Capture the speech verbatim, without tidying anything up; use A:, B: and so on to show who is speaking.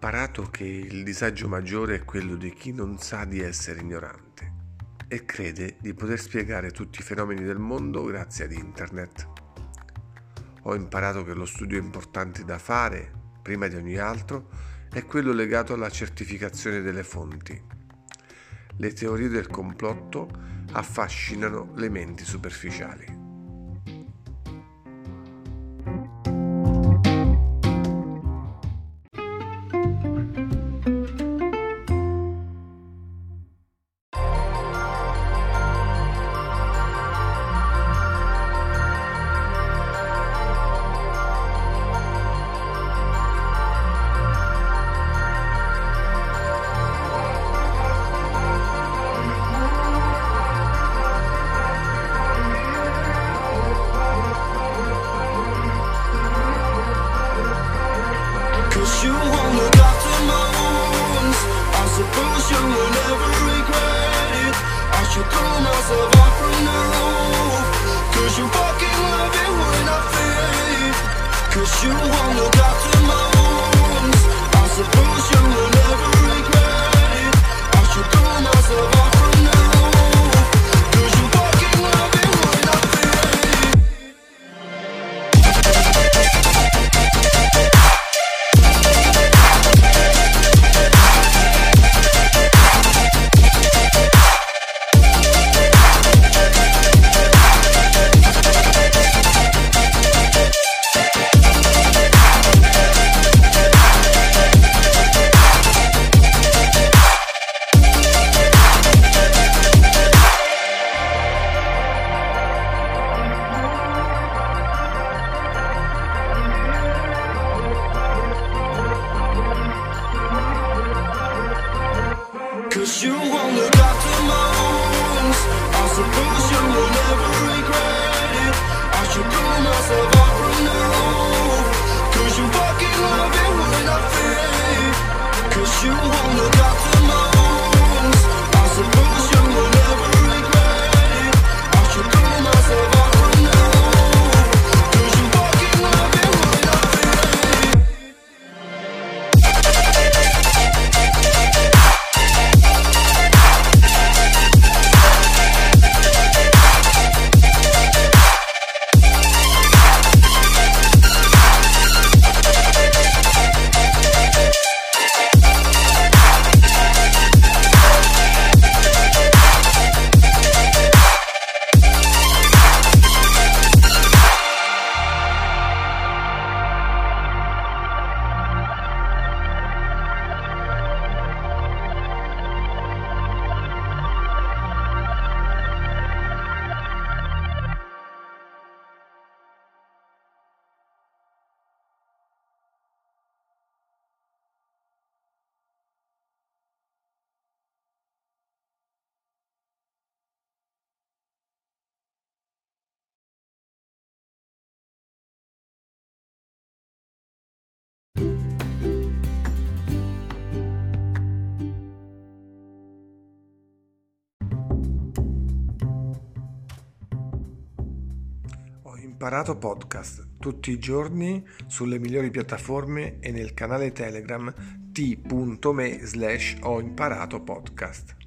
A: imparato che il disagio maggiore è quello di chi non sa di essere ignorante e crede di poter spiegare tutti i fenomeni del mondo grazie ad internet. Ho imparato che lo studio importante da fare, prima di ogni altro, è quello legato alla certificazione delle fonti. Le teorie del complotto affascinano le menti superficiali.
B: You won't look after my wounds. I suppose you will never regret it. I should throw myself out from the roof, cause you fucking love it when I fade. Cause you won't look after my wounds. I suppose you will never regret it. I should throw myself out from the roof, cause you fucking love it when I fade. Cause you won't look after my wounds. I suppose you will never regret it. I should throw myself out from the roof, cause you fucking love it when I fade. Cause you won't look after my wounds. I suppose you will never regret it. I should throw myself out from the roof, cause you fucking love it when I fade.
A: Ho imparato podcast tutti i giorni sulle migliori piattaforme e nel canale Telegram t punto me slash ho imparato podcast.